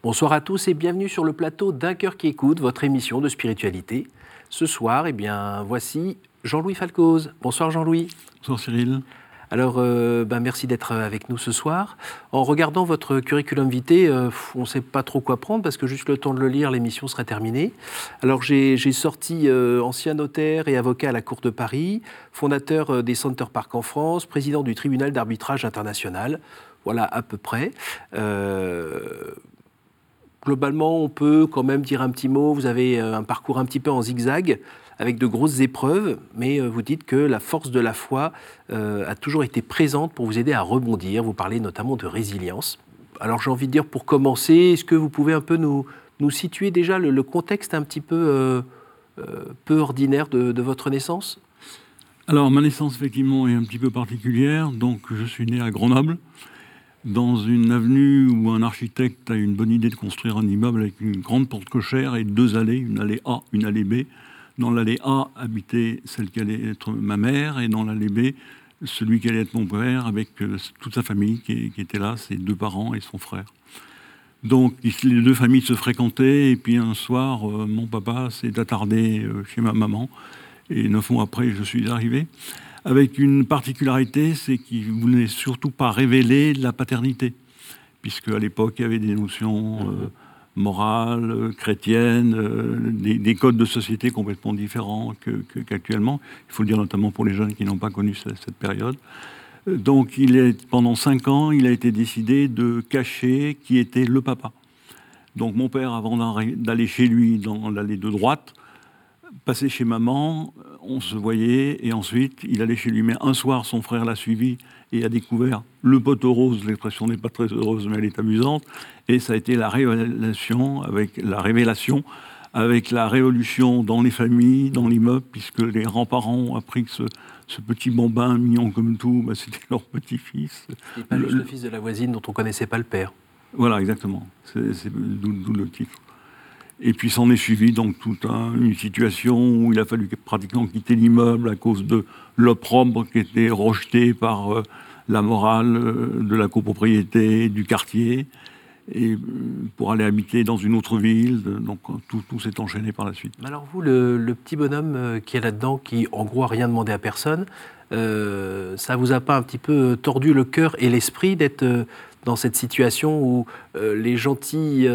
Bonsoir à tous et bienvenue sur le plateau d'Un cœur qui écoute, votre émission de spiritualité. Ce soir, voici Jean-Louis Falcoz. Bonsoir Jean-Louis. Bonsoir Cyril. Alors, merci d'être avec nous ce soir. En regardant votre curriculum vitae, on ne sait pas trop quoi prendre parce que juste le temps de le lire, l'émission serait terminée. Alors, j'ai sorti ancien notaire et avocat à la Cour de Paris, fondateur des Center Parcs en France, président du tribunal d'arbitrage international. Voilà à peu près. Globalement, on peut quand même dire un petit mot. Vous avez un parcours un petit peu en zigzag, avec de grosses épreuves, mais vous dites que la force de la foi a toujours été présente pour vous aider à rebondir. Vous parlez notamment de résilience. Alors j'ai envie de dire, pour commencer, est-ce que vous pouvez un peu nous situer déjà le contexte un petit peu ordinaire de votre naissance ? Alors ma naissance effectivement est un petit peu particulière. Donc je suis né à Grenoble, dans une avenue où un architecte a une bonne idée de construire un immeuble avec une grande porte cochère et 2 allées, une allée A, une allée B. Dans l'allée A habitait celle qui allait être ma mère, et dans l'allée B, celui qui allait être mon père, avec toute sa famille qui était là, ses 2 parents et son frère. Donc les 2 familles se fréquentaient, et puis un soir, mon papa s'est attardé chez ma maman, et 9 mois après, je suis arrivé. Avec une particularité, c'est qu'il ne voulait surtout pas révéler la paternité, puisque à l'époque, il y avait des notions morales, chrétiennes, des codes de société complètement différents qu'actuellement. Il faut le dire notamment pour les jeunes qui n'ont pas connu cette période. Donc, pendant 5 ans, il a été décidé de cacher qui était le papa. Donc, mon père, avant d'aller chez lui dans l'allée de droite, passait chez maman, on se voyait, et ensuite il allait chez lui. Mais un soir, son frère l'a suivi et a découvert le poteau rose. L'expression n'est pas très heureuse, mais elle est amusante. Et ça a été la révélation avec la révolution dans les familles, dans l'immeuble, puisque les grands-parents ont appris que ce petit bambin mignon comme tout, c'était leur petit-fils. Et pas juste le fils de la voisine dont on ne connaissait pas le père. Voilà, exactement. C'est d'où le titre. Et puis s'en est suivi donc toute une situation où il a fallu pratiquement quitter l'immeuble à cause de l'opprobre qui était rejeté par la morale de la copropriété du quartier, et pour aller habiter dans une autre ville. Donc tout s'est enchaîné par la suite. Alors vous, le petit bonhomme qui est là-dedans, qui en gros a rien demandé à personne, ça vous a pas un petit peu tordu le cœur et l'esprit d'être dans cette situation où les gentils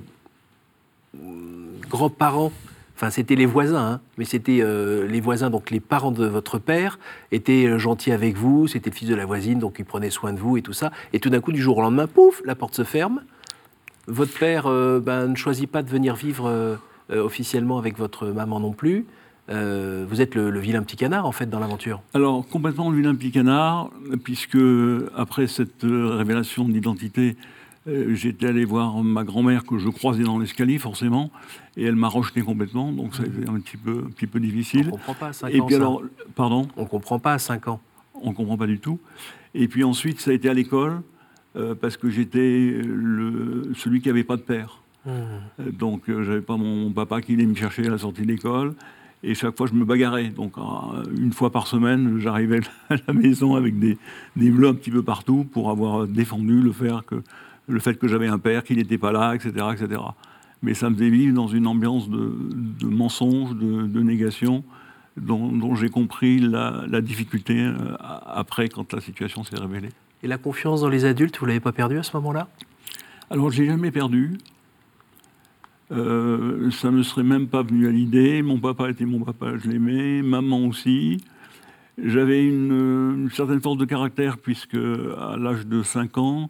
grands-parents, enfin c'était les voisins, mais c'était les voisins, donc les parents de votre père, étaient gentils avec vous, c'était le fils de la voisine, donc il prenait soin de vous et tout ça, et tout d'un coup, du jour au lendemain, pouf, la porte se ferme, votre père ne choisit pas de venir vivre officiellement avec votre maman non plus, vous êtes le vilain petit canard, en fait, dans l'aventure. Alors, complètement le vilain petit canard, puisque après cette révélation d'identité, j'étais allé voir ma grand-mère que je croisais dans l'escalier, forcément, et elle m'a rejeté complètement, donc ça a été un petit peu difficile. On ne comprend pas à 5 ans, et puis ça. Alors, pardon ? On ne comprend pas à 5 ans. On ne comprend pas du tout. Et puis ensuite, ça a été à l'école, parce que j'étais celui qui n'avait pas de père. Donc, je n'avais pas mon papa qui allait me chercher à la sortie de l'école. Et chaque fois, je me bagarrais. Donc, une fois par semaine, j'arrivais à la maison avec des bleus un petit peu partout pour avoir défendu le fait que j'avais un père, qu'il n'était pas là, etc., etc. Mais ça me faisait vivre dans une ambiance de mensonge, de négation, dont j'ai compris la difficulté après, quand la situation s'est révélée. Et la confiance dans les adultes, vous ne l'avez pas perdue à ce moment-là ? Alors, je ne l'ai jamais perdue. Ça ne me serait même pas venu à l'idée. Mon papa était mon papa, je l'aimais. Maman aussi. J'avais une certaine force de caractère, puisque à l'âge de 5 ans,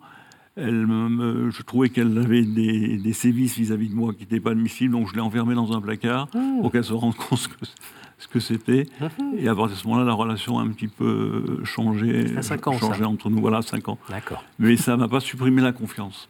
je trouvais qu'elle avait des sévices vis-à-vis de moi qui n'étaient pas admissibles, donc je l'ai enfermée dans un placard pour qu'elle se rende compte ce que c'était. Et à partir de ce moment-là, la relation a un petit peu changé, à 5 ans, changé entre nous. Voilà, 5 ans. D'accord. Mais ça ne m'a pas supprimé la confiance.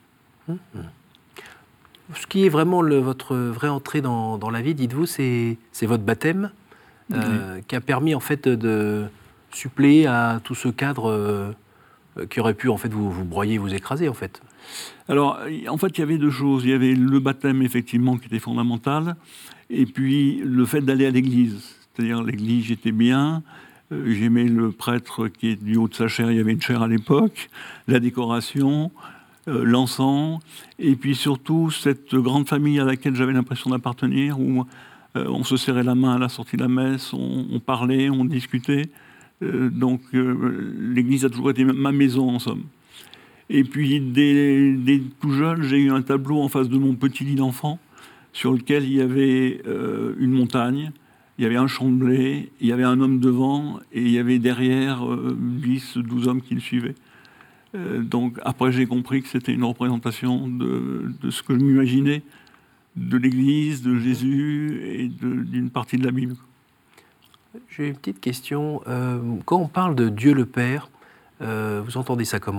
Ce qui est vraiment votre vraie entrée dans la vie, dites-vous, c'est votre baptême, qui a permis en fait de suppléer à tout ce cadre qui aurait pu en fait vous broyer, vous écraser en fait. Alors, en fait, il y avait 2 choses. Il y avait le baptême, effectivement, qui était fondamental, et puis le fait d'aller à l'église. C'est-à-dire, l'église, j'étais bien, j'aimais le prêtre qui est du haut de sa chaire, il y avait une chaire à l'époque, la décoration, l'encens, et puis surtout cette grande famille à laquelle j'avais l'impression d'appartenir, où on se serrait la main à la sortie de la messe, on parlait, on discutait. Donc l'église a toujours été ma maison, en somme. Et puis dès tout jeune, j'ai eu un tableau en face de mon petit lit d'enfant, sur lequel il y avait une montagne, il y avait un champ de blé, il y avait un homme devant, et il y avait derrière 10, 12 hommes qui le suivaient. Donc après, j'ai compris que c'était une représentation de ce que je m'imaginais de l'Église, de Jésus et d'une partie de la Bible. J'ai une petite question. Quand on parle de Dieu le Père, vous entendez ça comment ?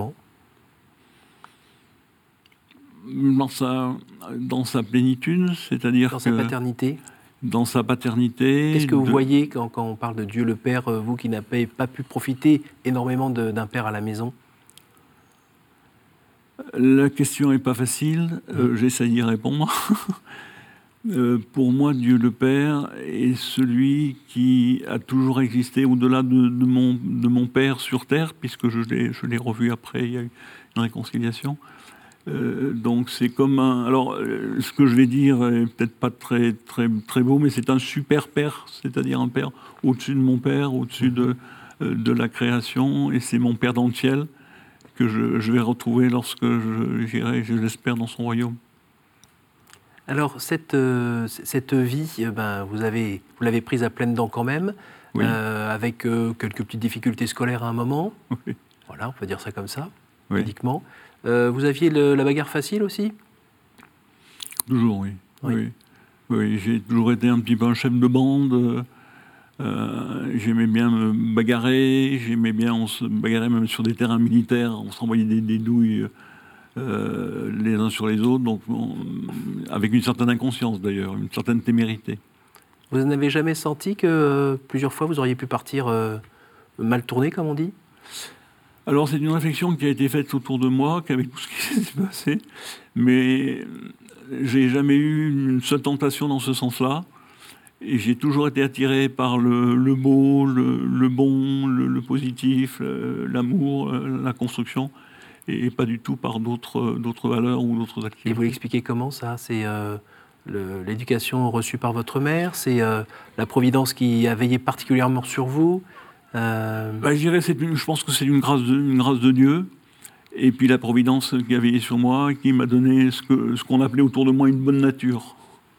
Dans sa plénitude, c'est-à-dire dans sa paternité. Dans sa paternité. Qu'est-ce que vous voyez quand on parle de Dieu le Père, vous qui n'avez pas pu profiter énormément d'un père à la maison ? La question n'est pas facile, j'essaie d'y répondre. Pour moi, Dieu le Père est celui qui a toujours existé au-delà de mon Père sur Terre, puisque je l'ai revu après, il y a eu une réconciliation. Donc c'est comme un... Alors, ce que je vais dire est peut-être pas très, très, très beau, mais c'est un super père, c'est-à-dire un père au-dessus de mon père, au-dessus de la création, et c'est mon Père dans le ciel que je vais retrouver lorsque j'irai, je l'espère, dans son royaume. Alors, cette vie, vous l'avez prise à pleines dents quand même, oui. Avec quelques petites difficultés scolaires à un moment. Oui. Voilà, on peut dire ça comme ça, oui. Médiquement. Vous aviez la bagarre facile aussi ? Toujours, oui. Oui. Oui. Oui, j'ai toujours été un petit peu un chef de bande. J'aimais bien me bagarrer. On se bagarrait même sur des terrains militaires. On s'envoyait des douilles les uns sur les autres. Donc, avec une certaine inconscience d'ailleurs, une certaine témérité. Vous n'avez jamais senti que plusieurs fois vous auriez pu partir mal tourné, comme on dit ? Alors, c'est une réflexion qui a été faite autour de moi, qu'avec tout ce qui s'est passé, mais j'ai jamais eu une seule tentation dans ce sens-là, et j'ai toujours été attiré par le beau, le bon, le positif, l'amour, la construction, et pas du tout par d'autres valeurs ou d'autres activités. Et vous l'expliquez comment, ça ? C'est l'éducation reçue par votre mère ? C'est la Providence qui a veillé particulièrement sur vous ? Je dirais, je pense que c'est une grâce de Dieu, et puis la Providence qui a veillé sur moi, qui m'a donné ce qu'on appelait autour de moi une bonne nature.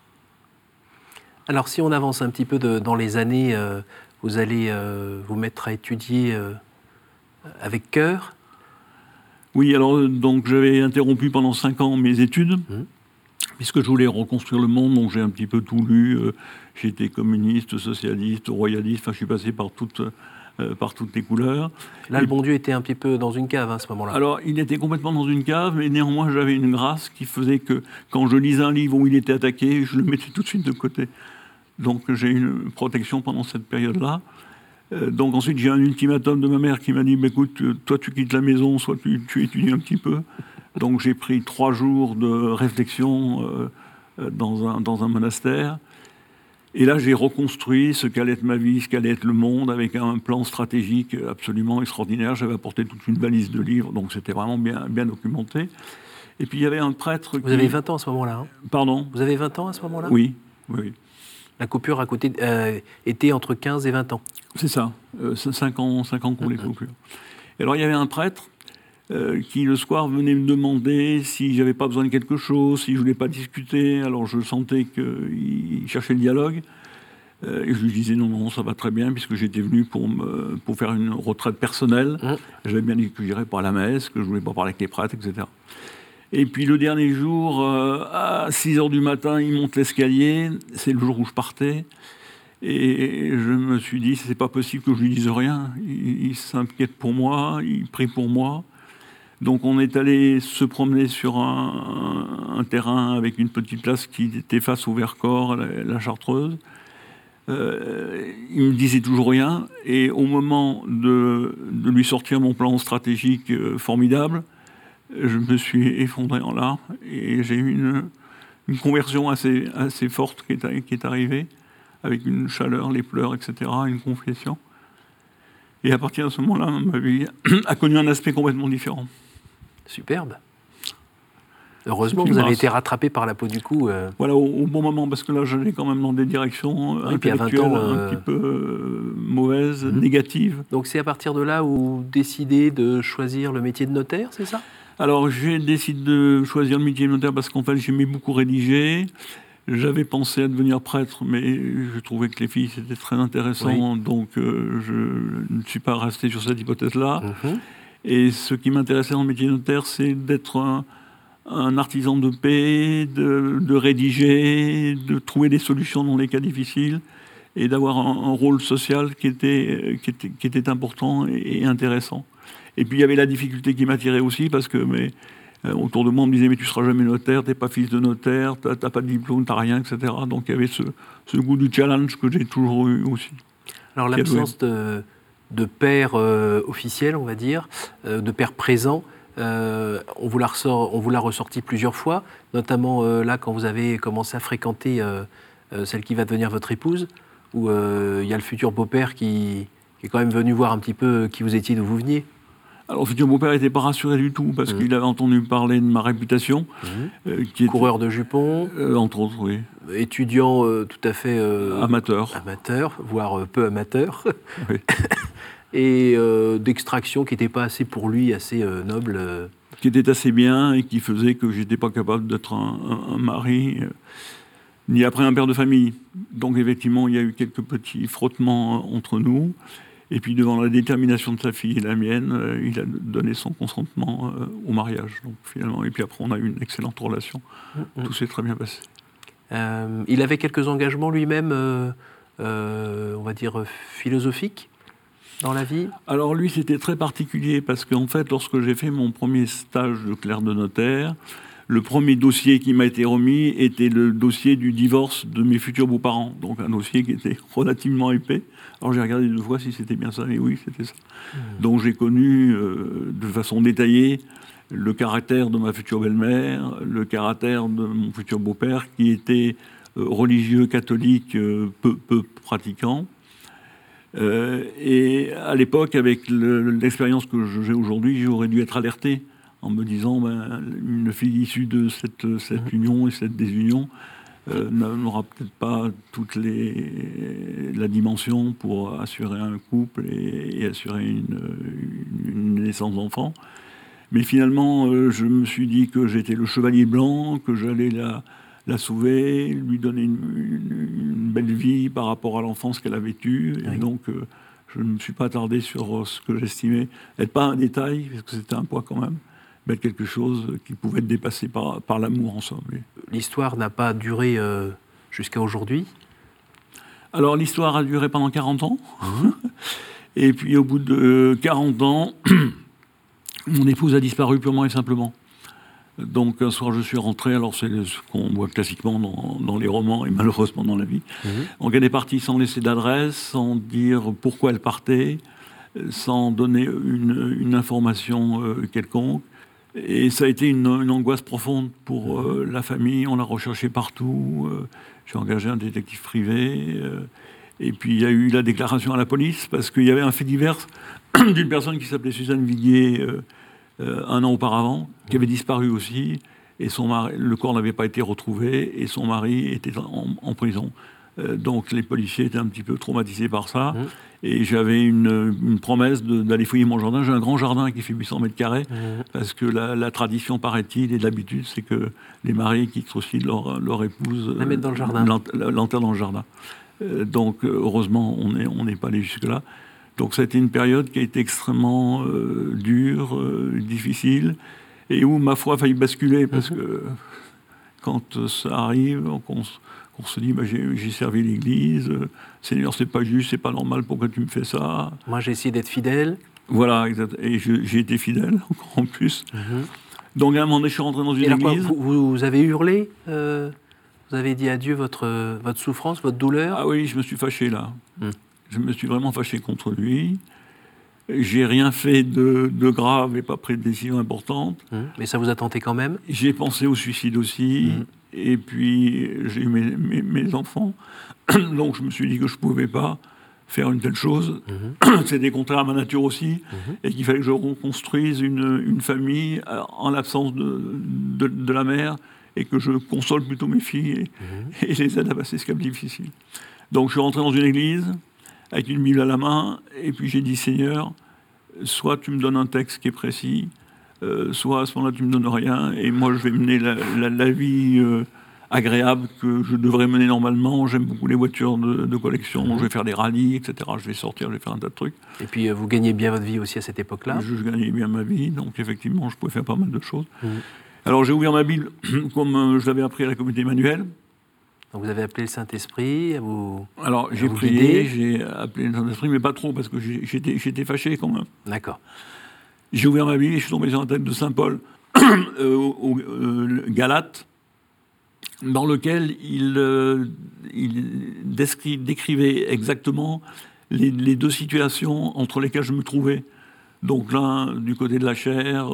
Alors, si on avance un petit peu dans les années, vous allez vous mettre à étudier avec cœur. Oui, alors donc j'avais interrompu pendant 5 ans mes études, puisque je voulais reconstruire le monde, donc j'ai un petit peu tout lu. J'ai été communiste, socialiste, royaliste, enfin je suis passé par toutes les couleurs. Là, le bon Dieu était un petit peu dans une cave à ce moment-là. Alors, il était complètement dans une cave, mais néanmoins, j'avais une grâce qui faisait que quand je lisais un livre où il était attaqué, je le mettais tout de suite de côté. Donc, j'ai eu une protection pendant cette période-là. Donc, ensuite, j'ai un ultimatum de ma mère qui m'a dit écoute, toi, tu quittes la maison, soit tu étudies un petit peu. Donc, j'ai pris 3 jours de réflexion dans un monastère. Et là, j'ai reconstruit ce qu'allait être ma vie, ce qu'allait être le monde, avec un plan stratégique absolument extraordinaire. J'avais apporté toute une valise de livres, donc c'était vraiment bien documenté. Et puis, il y avait un prêtre Vous avez 20 ans à ce moment-là, hein ? Pardon ? Vous avez 20 ans à ce moment-là ? Oui. La coupure à côté était entre 15 et 20 ans. C'est ça, 5 ans qu'on les coupures. Et alors, il y avait un prêtre qui, le soir, venait me demander si j'avais pas besoin de quelque chose, si je voulais pas discuter. Alors, je sentais qu'il cherchait le dialogue. Et je lui disais non, ça va très bien, puisque j'étais venu pour faire une retraite personnelle. J'avais bien dit que j'irais pas à la messe, que je voulais pas parler avec les prêtres, etc. Et puis, le dernier jour, à 6h du matin, il monte l'escalier. C'est le jour où je partais. Et je me suis dit, c'est pas possible que je lui dise rien. Il s'inquiète pour moi, il prie pour moi. Donc on est allé se promener sur un terrain avec une petite place qui était face au Vercors, la Chartreuse. Il me disait toujours rien. Et au moment de lui sortir mon plan stratégique formidable, je me suis effondré en larmes. Et j'ai eu une conversion assez forte qui est arrivée, avec une chaleur, les pleurs, etc., une confession. Et à partir de ce moment-là, ma vie a connu un aspect complètement différent. Superbe. Heureusement, vous avez été rattrapé par la peau du cou. Voilà, au bon moment, parce que là, j'allais quand même dans des directions intellectuelles un petit peu mauvaises, négatives. Donc c'est à partir de là où vous décidez de choisir le métier de notaire, c'est ça ? Alors, j'ai décidé de choisir le métier de notaire parce qu'en fait, j'aimais beaucoup rédiger. J'avais pensé à devenir prêtre, mais je trouvais que les filles, c'était très intéressant, donc je ne suis pas resté sur cette hypothèse-là. Et ce qui m'intéressait dans le métier de notaire, c'est d'être un artisan de paix, de rédiger, de trouver des solutions dans les cas difficiles, et d'avoir un rôle social qui était important et intéressant. Et puis il y avait la difficulté qui m'attirait aussi, parce que autour de moi, on me disait « mais tu seras jamais notaire, t'es pas fils de notaire, t'as pas de diplôme, t'as rien, etc. » Donc il y avait ce goût du challenge que j'ai toujours eu aussi. Alors l'absence de père officiel, on va dire, de père présent, on vous l'a ressorti plusieurs fois, notamment là quand vous avez commencé à fréquenter celle qui va devenir votre épouse, où il y a le futur beau-père qui est quand même venu voir un petit peu qui vous étiez, d'où vous veniez. Alors, le futur beau-père n'était pas rassuré du tout, parce qu'il avait entendu parler de ma réputation. Coureur de jupons. Entre autres, oui. Étudiant tout à fait... amateur, voire peu amateur. Oui. Et d'extraction qui n'était pas assez pour lui, assez noble. Qui était assez bien et qui faisait que je n'étais pas capable d'être un mari, ni après un père de famille. Donc, effectivement, il y a eu quelques petits frottements entre nous. Et puis, devant la détermination de sa fille et la mienne, il a donné son consentement au mariage. Donc, finalement, et puis après, on a eu une excellente relation. Tout s'est très bien passé. Il avait quelques engagements lui-même, on va dire, philosophiques dans la vie ? Alors, lui, c'était très particulier parce qu'en fait, lorsque j'ai fait mon premier stage de clerc de notaire, le premier dossier qui m'a été remis était le dossier du divorce de mes futurs beaux-parents. Donc, un dossier qui était relativement épais. Alors j'ai regardé 2 fois si c'était bien ça, et oui, c'était ça. Donc j'ai connu de façon détaillée le caractère de ma future belle-mère, le caractère de mon futur beau-père, qui était religieux, catholique, peu pratiquant. Et à l'époque, avec l'expérience que j'ai aujourd'hui, j'aurais dû être alerté en me disant une fille issue de cette union et cette désunion n'aura peut-être pas toute la dimension pour assurer un couple et assurer une naissance d'enfant. Mais finalement, je me suis dit que j'étais le chevalier blanc, que j'allais la sauver, lui donner une belle vie par rapport à l'enfance qu'elle avait eue. Oui. Et donc, je ne me suis pas attardé sur ce que j'estimais être pas un détail, parce que c'était un poids quand même, mais quelque chose qui pouvait être dépassé par l'amour en somme. L'histoire n'a pas duré jusqu'à aujourd'hui ? Alors l'histoire a duré pendant 40 ans. Et puis au bout de 40 ans, mon épouse a disparu purement et simplement. Donc un soir je suis rentré, alors c'est ce qu'on voit classiquement dans les romans et malheureusement dans la vie. Donc elle est partie sans laisser d'adresse, sans dire pourquoi elle partait, sans donner une information quelconque. Et ça a été une angoisse profonde pour la famille. On l'a recherché partout. J'ai engagé un détective privé. Et puis il y a eu la déclaration à la police parce qu'il y avait un fait divers d'une personne qui s'appelait Suzanne Viguier 1 an auparavant, qui avait disparu aussi. Et le corps n'avait pas été retrouvé et son mari était en prison. Donc les policiers étaient un petit peu traumatisés par ça. Et j'avais une promesse d'aller fouiller mon jardin. J'ai un grand jardin qui fait 800 mètres carrés, parce que la tradition, paraît-il, et l'habitude, c'est que les mariés quittent aussi leur épouse, la mettent dans le jardin. L'enterrent dans le jardin. Donc, heureusement, on n'est pas allé jusque-là. Donc, ça a été une période qui a été extrêmement dure, difficile, et où ma foi a failli basculer, parce que quand ça arrive, on se dit, j'ai servi l'Église, Seigneur, c'est pas juste, c'est pas normal, pourquoi tu me fais ça ? Moi, j'ai essayé d'être fidèle. Voilà, exact. Et j'ai été fidèle, encore en plus. Donc, à un moment donné, je suis rentré dans une église. Vous avez hurlé vous avez dit à Dieu votre souffrance, votre douleur ? Ah oui, je me suis fâché, là. Je me suis vraiment fâché contre lui. J'ai rien fait de grave et pas pris de décision importante. Mais ça vous a tenté quand même ? J'ai pensé au suicide aussi. Et puis, j'ai eu mes enfants. Donc, je me suis dit que je ne pouvais pas faire une telle chose. C'était contraire à ma nature aussi, et qu'il fallait que je reconstruise une famille en l'absence de la mère, et que je console plutôt mes filles et les aide à passer ce cap difficile. Donc je suis rentré dans une église, avec une Bible à la main, et puis j'ai dit, Seigneur, soit tu me donnes un texte qui est précis, soit à ce moment-là tu me donnes rien, et moi je vais mener la vie agréable que je devrais mener normalement. J'aime beaucoup les voitures de collection, je vais faire des rallyes, etc. Je vais sortir, je vais faire un tas de trucs. Et puis vous gagnez bien votre vie aussi à cette époque-là? Je gagnais bien ma vie, donc effectivement je pouvais faire pas mal de choses. Alors j'ai ouvert ma Bible comme je l'avais appris à la communauté Emmanuel. Donc vous avez appelé le Saint-Esprit à vous. Alors j'ai prié, j'ai appelé le Saint-Esprit, mais pas trop, parce que j'étais fâché quand même. D'accord. J'ai ouvert ma Bible et je suis tombé sur un texte de Saint Paul au Galates, dans lequel il décrivait exactement les deux situations entre lesquelles je me trouvais. Donc l'un du côté de la chair,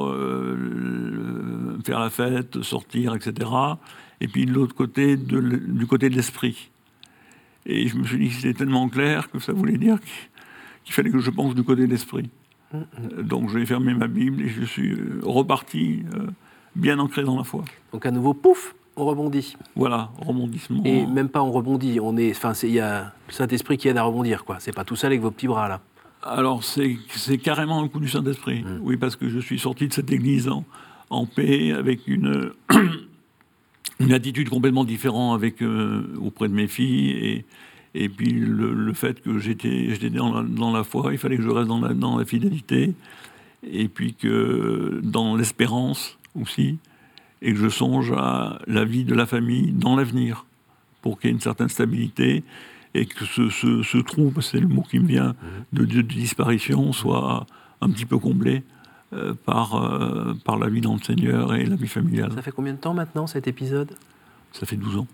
faire la fête, sortir, etc. Et puis de l'autre côté, du côté de l'esprit. Et je me suis dit que c'était tellement clair que ça voulait dire qu'il fallait que je pense du côté de l'esprit. Donc j'ai fermé ma Bible et je suis reparti bien ancré dans la foi. Donc à nouveau, pouf, on rebondit. Voilà, rebondissement. Et même pas on rebondit, il y a le Saint-Esprit qui aide à rebondir, quoi. C'est pas tout seul avec vos petits bras, là. Alors c'est carrément un coup du Saint-Esprit. Oui, parce que je suis sorti de cette église en paix, avec une attitude complètement différente auprès de mes filles, et puis le fait que j'étais dans la foi, il fallait que je reste dans la fidélité, et puis que dans l'espérance aussi, et que je songe à la vie de la famille dans l'avenir, pour qu'il y ait une certaine stabilité, et que ce trou, c'est le mot qui me vient, de disparition, soit un petit peu comblé par la vie dans le Seigneur et la vie familiale. Ça fait combien de temps maintenant, cet épisode? Ça fait 12 ans.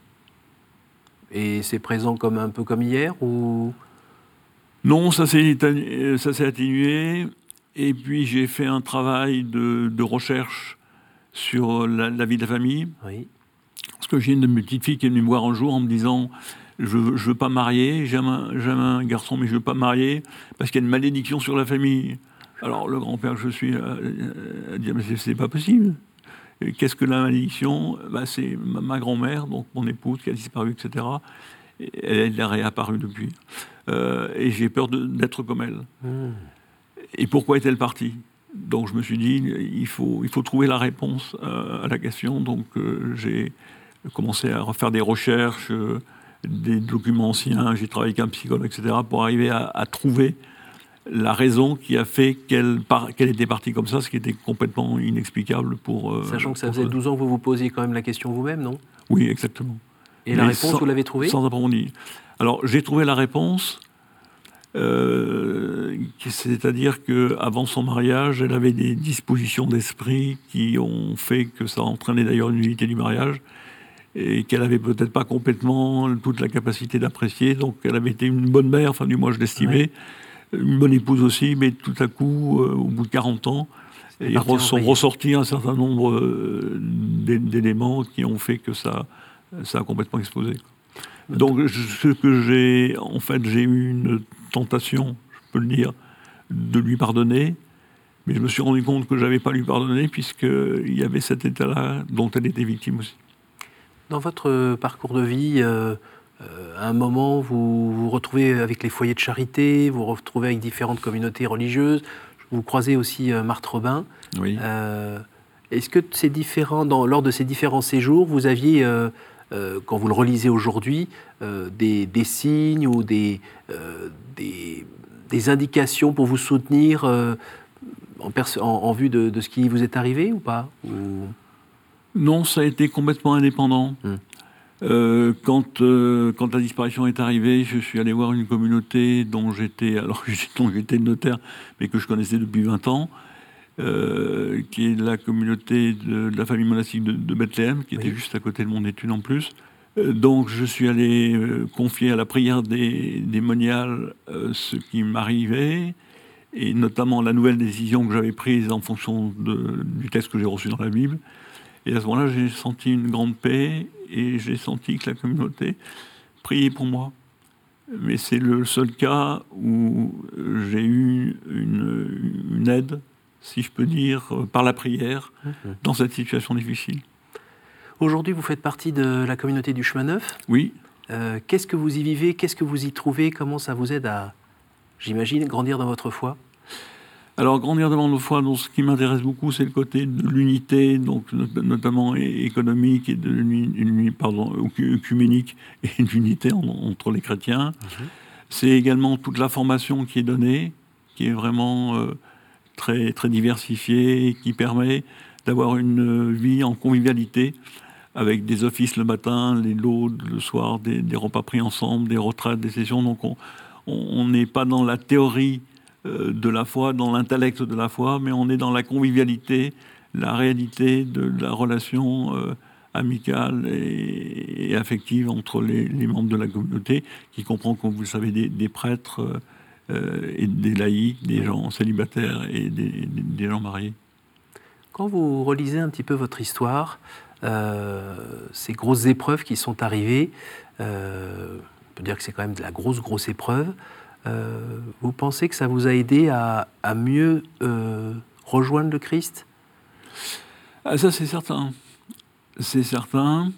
Et c'est présent un peu comme hier, ou? Non, ça s'est atténué. Et puis j'ai fait un travail de recherche sur la vie de la famille. Oui. Parce que j'ai une de mes petites filles qui est venue me voir un jour en me disant « Je ne veux pas marier, j'aime un garçon, mais je ne veux pas marier, parce qu'il y a une malédiction sur la famille. » Alors le grand-père que je suis a dit « Mais c'est pas possible. Qu'est-ce que la malédiction ?» C'est ma grand-mère, donc mon épouse, qui a disparu, etc. Elle a réapparu depuis. Et j'ai peur d'être comme elle. Et pourquoi est-elle partie ? Donc je me suis dit, il faut trouver la réponse à la question. Donc j'ai commencé à refaire des recherches, des documents anciens, j'ai travaillé avec un psychologue, etc., pour arriver à trouver la raison qui a fait qu'elle était partie comme ça, ce qui était complètement inexplicable pour... Sachant que ça faisait 12 ans que vous vous posiez quand même la question vous-même, non ? Oui, exactement. Et la réponse, vous l'avez trouvée ? Sans approfondir. Alors, j'ai trouvé la réponse, c'est-à-dire qu'avant son mariage, elle avait des dispositions d'esprit qui ont fait que ça entraînait d'ailleurs une nullité du mariage, et qu'elle n'avait peut-être pas complètement toute la capacité d'apprécier. Donc, elle avait été une bonne mère, enfin, du moins, je l'estimais. Ouais. Une bonne épouse aussi, mais tout à coup, au bout de 40 ans, ils sont ressortis un certain nombre d'éléments qui ont fait que ça a complètement explosé. Donc, j'ai eu une tentation, je peux le dire, de lui pardonner, mais je me suis rendu compte que je n'avais pas lui pardonné, puisqu'il y avait cet état-là dont elle était victime aussi. Dans votre parcours de vie, à un moment, vous vous retrouvez avec les foyers de charité, vous vous retrouvez avec différentes communautés religieuses, vous croisez aussi Marthe Robin. Oui. Est-ce que lors de ces différents séjours, vous aviez, quand vous le relisez aujourd'hui, des signes ou des indications pour vous soutenir en vue de ce qui vous est arrivé ou pas ? Non, ça a été complètement indépendant. Quand la disparition est arrivée, je suis allé voir une communauté dont j'étais notaire, mais que je connaissais depuis 20 ans, qui est la communauté de la famille monastique de Bethléem, qui était juste à côté de mon étude en plus. Donc je suis allé confier à la prière des moniales ce qui m'arrivait, et notamment la nouvelle décision que j'avais prise en fonction du texte que j'ai reçu dans la Bible. Et à ce moment-là, j'ai senti une grande paix, et j'ai senti que la communauté priait pour moi. mais c'est le seul cas où j'ai eu une aide, si je peux dire, par la prière, dans cette situation difficile. Aujourd'hui, vous faites partie de la communauté du Chemin Neuf. Oui. Qu'est-ce que vous y vivez? Qu'est-ce que vous y trouvez? Comment ça vous aide à, j'imagine, grandir dans votre foi? Alors, grandir dans notre foi, donc, ce qui m'intéresse beaucoup, c'est le côté de l'unité, donc notamment économique et œcuménique et d'unité entre les chrétiens. C'est également toute la formation qui est donnée, qui est vraiment très, très diversifiée et qui permet d'avoir une vie en convivialité, avec des offices le matin, les laudes le soir, des repas pris ensemble, des retraites, des sessions. Donc on n'est pas dans la théorie de la foi, dans l'intellect de la foi, mais on est dans la convivialité, la réalité de la relation amicale et affective entre les membres de la communauté, qui comprend, comme vous le savez, des prêtres et des laïcs, des gens célibataires et des gens mariés. Quand vous relisez un petit peu votre histoire, ces grosses épreuves qui sont arrivées, on peut dire que c'est quand même de la grosse épreuve, vous pensez que ça vous a aidé à mieux rejoindre le Christ? Ça, c'est certain. C'est certain,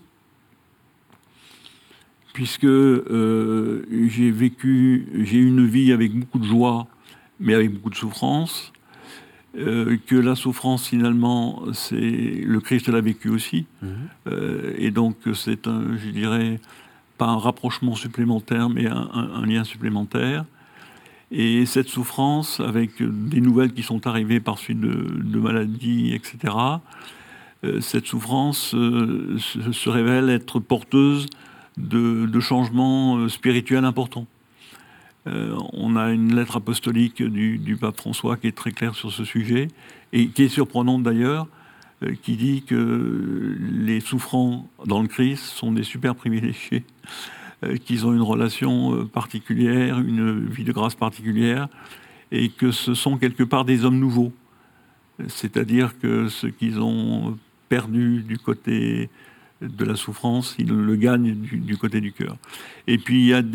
puisque j'ai eu une vie avec beaucoup de joie, mais avec beaucoup de souffrance. Que la souffrance, finalement, le Christ l'a vécu aussi. Et donc, c'est, je dirais, pas un rapprochement supplémentaire, mais un lien supplémentaire. Et cette souffrance, avec des nouvelles qui sont arrivées par suite de maladies, etc., cette souffrance se révèle être porteuse de changements spirituels importants. On a une lettre apostolique du pape François qui est très claire sur ce sujet, et qui est surprenante d'ailleurs, qui dit que les souffrants dans le Christ sont des super privilégiés, qu'ils ont une relation particulière, une vie de grâce particulière, et que ce sont quelque part des hommes nouveaux. C'est-à-dire que ce qu'ils ont perdu du côté de la souffrance, ils le gagnent du côté du cœur. Et puis il y a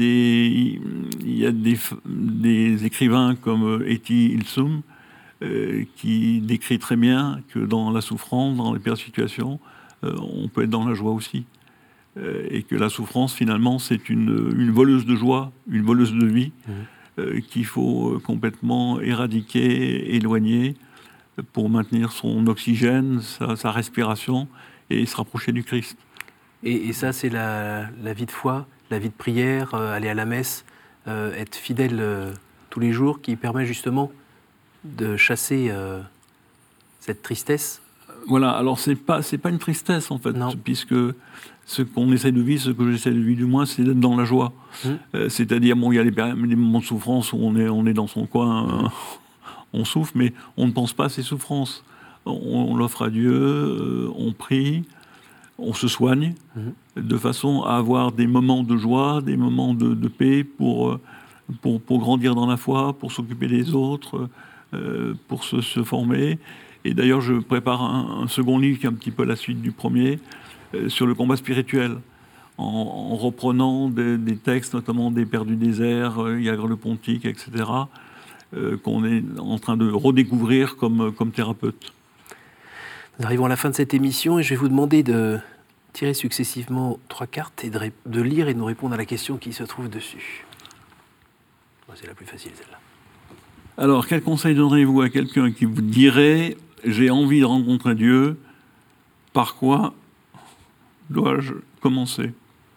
des écrivains comme Etty Hillesum qui décrit très bien que dans la souffrance, dans les pires situations, on peut être dans la joie aussi. Et que la souffrance, finalement, c'est une voleuse de joie, une voleuse de vie qu'il faut complètement éradiquer, éloigner, pour maintenir son oxygène, sa respiration, et se rapprocher du Christ. Et ça, c'est la vie de foi, la vie de prière, aller à la messe, être fidèle tous les jours, qui permet justement de chasser cette tristesse. Voilà, alors c'est pas une tristesse en fait, puisque ce qu'on essaie de vivre, ce que j'essaie de vivre du moins, c'est d'être dans la joie. C'est-à-dire, bon, il y a les moments de souffrance où on est dans son coin, on souffre, mais on ne pense pas à ses souffrances. On l'offre à Dieu, on prie, on se soigne, de façon à avoir des moments de joie, des moments de paix pour grandir dans la foi, pour s'occuper des autres, pour se former. Et d'ailleurs, je prépare un second livre qui est un petit peu la suite du premier, sur le combat spirituel, en reprenant des textes, notamment des Pères du désert, Yagre le Pontique, etc., qu'on est en train de redécouvrir comme thérapeute. Nous arrivons à la fin de cette émission et je vais vous demander de tirer successivement 3 cartes et de lire et de nous répondre à la question qui se trouve dessus. C'est la plus facile, celle-là. Alors, quel conseil donnerez-vous à quelqu'un qui vous dirait « J'ai envie de rencontrer Dieu, par quoi dois-je commencer ?»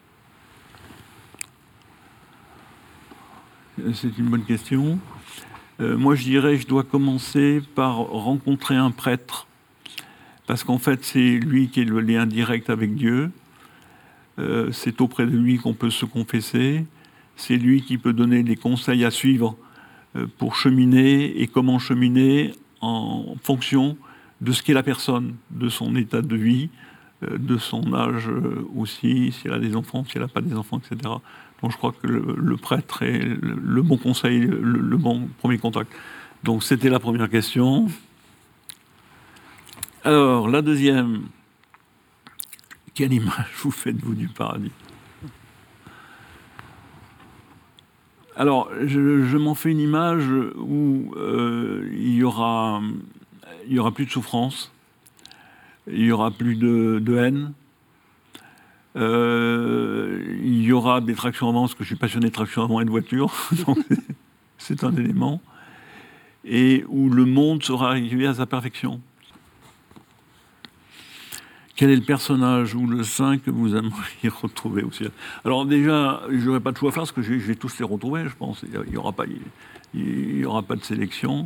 C'est une bonne question. Moi, je dirais je dois commencer par rencontrer un prêtre, parce qu'en fait, c'est lui qui est le lien direct avec Dieu. C'est auprès de lui qu'on peut se confesser. C'est lui qui peut donner des conseils à suivre pour cheminer, et comment cheminer en fonction de ce qu'est la personne, de son état de vie, de son âge aussi, si elle a des enfants, si elle n'a pas des enfants, etc. Donc je crois que le prêtre est le bon conseil, le bon premier contact. Donc c'était la première question. Alors, la deuxième, quelle image vous faites-vous du paradis ? Alors, je m'en fais une image où il y aura plus de souffrance, il y aura plus de haine, il y aura des tractions avant, parce que je suis passionné de traction avant et de voiture, donc c'est un élément, et où le monde sera arrivé à sa perfection. Quel est le personnage ou le saint que vous aimeriez retrouver au ciel? Alors déjà, je n'aurai pas de choix à faire parce que je vais tous les retrouver, je pense. Il n'y aura pas de sélection.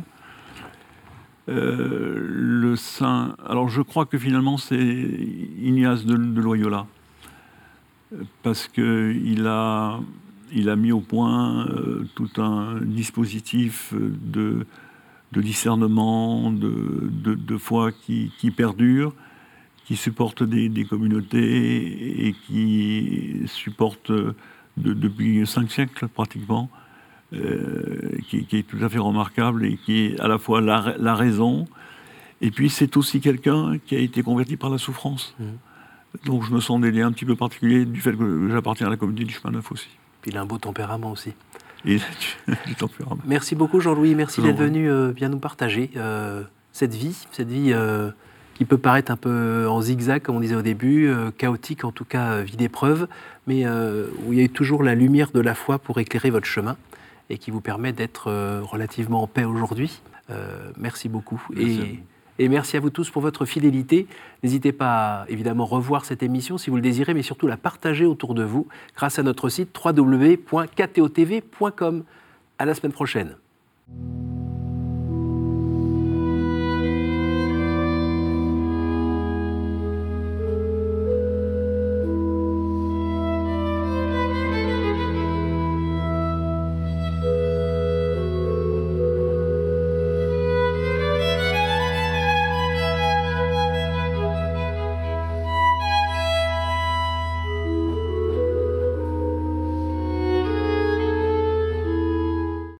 Le saint... Alors je crois que finalement c'est Ignace de Loyola. Parce qu'il a mis au point tout un dispositif de discernement, de foi qui perdure, qui supporte des communautés et qui supporte depuis 5 siècles pratiquement, qui est tout à fait remarquable et qui est à la fois la raison, et puis c'est aussi quelqu'un qui a été converti par la souffrance. Donc je me sens des liens un petit peu particuliers du fait que j'appartiens à la communauté du chemin neuf aussi. Puis il a un beau tempérament aussi. Et du tempérament. Merci beaucoup Jean-Louis, merci d'être venu bien nous partager cette vie qui peut paraître un peu en zigzag, comme on disait au début, chaotique, en tout cas vie d'épreuves, mais où il y a eu toujours la lumière de la foi pour éclairer votre chemin et qui vous permet d'être relativement en paix aujourd'hui. Merci beaucoup. Et merci à vous tous pour votre fidélité. N'hésitez pas à évidemment revoir cette émission si vous le désirez, mais surtout la partager autour de vous grâce à notre site www.ktotv.com. À la semaine prochaine.